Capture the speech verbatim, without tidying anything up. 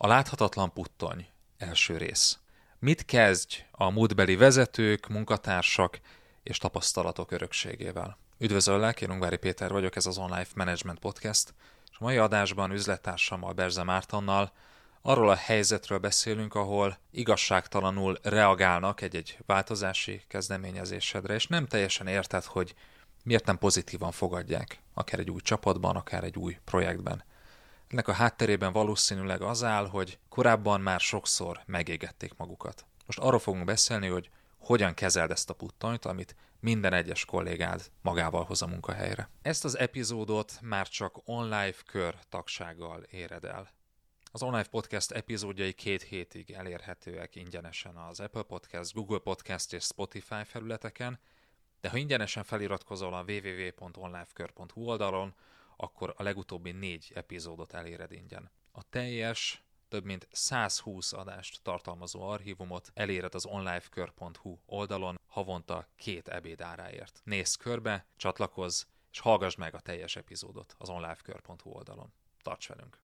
A láthatatlan puttony. Első rész. Mit kezdj a múltbeli vezetők, munkatársak és tapasztalatok örökségével? Üdvözöllek, én Ungvári Péter vagyok, ez az Online Management Podcast, és a mai adásban üzlettársammal, Berze Mártonnal arról a helyzetről beszélünk, ahol igazságtalanul reagálnak egy-egy változási kezdeményezésedre, és nem teljesen érted, hogy miért nem pozitívan fogadják, akár egy új csapatban, akár egy új projektben. Ennek a hátterében valószínűleg az áll, hogy korábban már sokszor megégették magukat. Most arról fogunk beszélni, hogy hogyan kezeld ezt a puttonyt, amit minden egyes kollégád magával hoz a munkahelyre. Ezt az epizódot már csak online kör tagsággal éred el. Az Online Podcast epizódjai két hétig elérhetőek ingyenesen az Apple Podcast, Google Podcast és Spotify felületeken, de ha ingyenesen feliratkozol a double-u double-u double-u pont onlifekör pont hu oldalon, akkor a legutóbbi négy epizódot eléred ingyen. A teljes, több mint százhúsz adást tartalmazó archívumot eléred az onlifekör pont hu oldalon havonta két ebéd áráért. Nézz körbe, csatlakozz, és hallgass meg a teljes epizódot az onlifekör pont hu oldalon. Tarts velünk!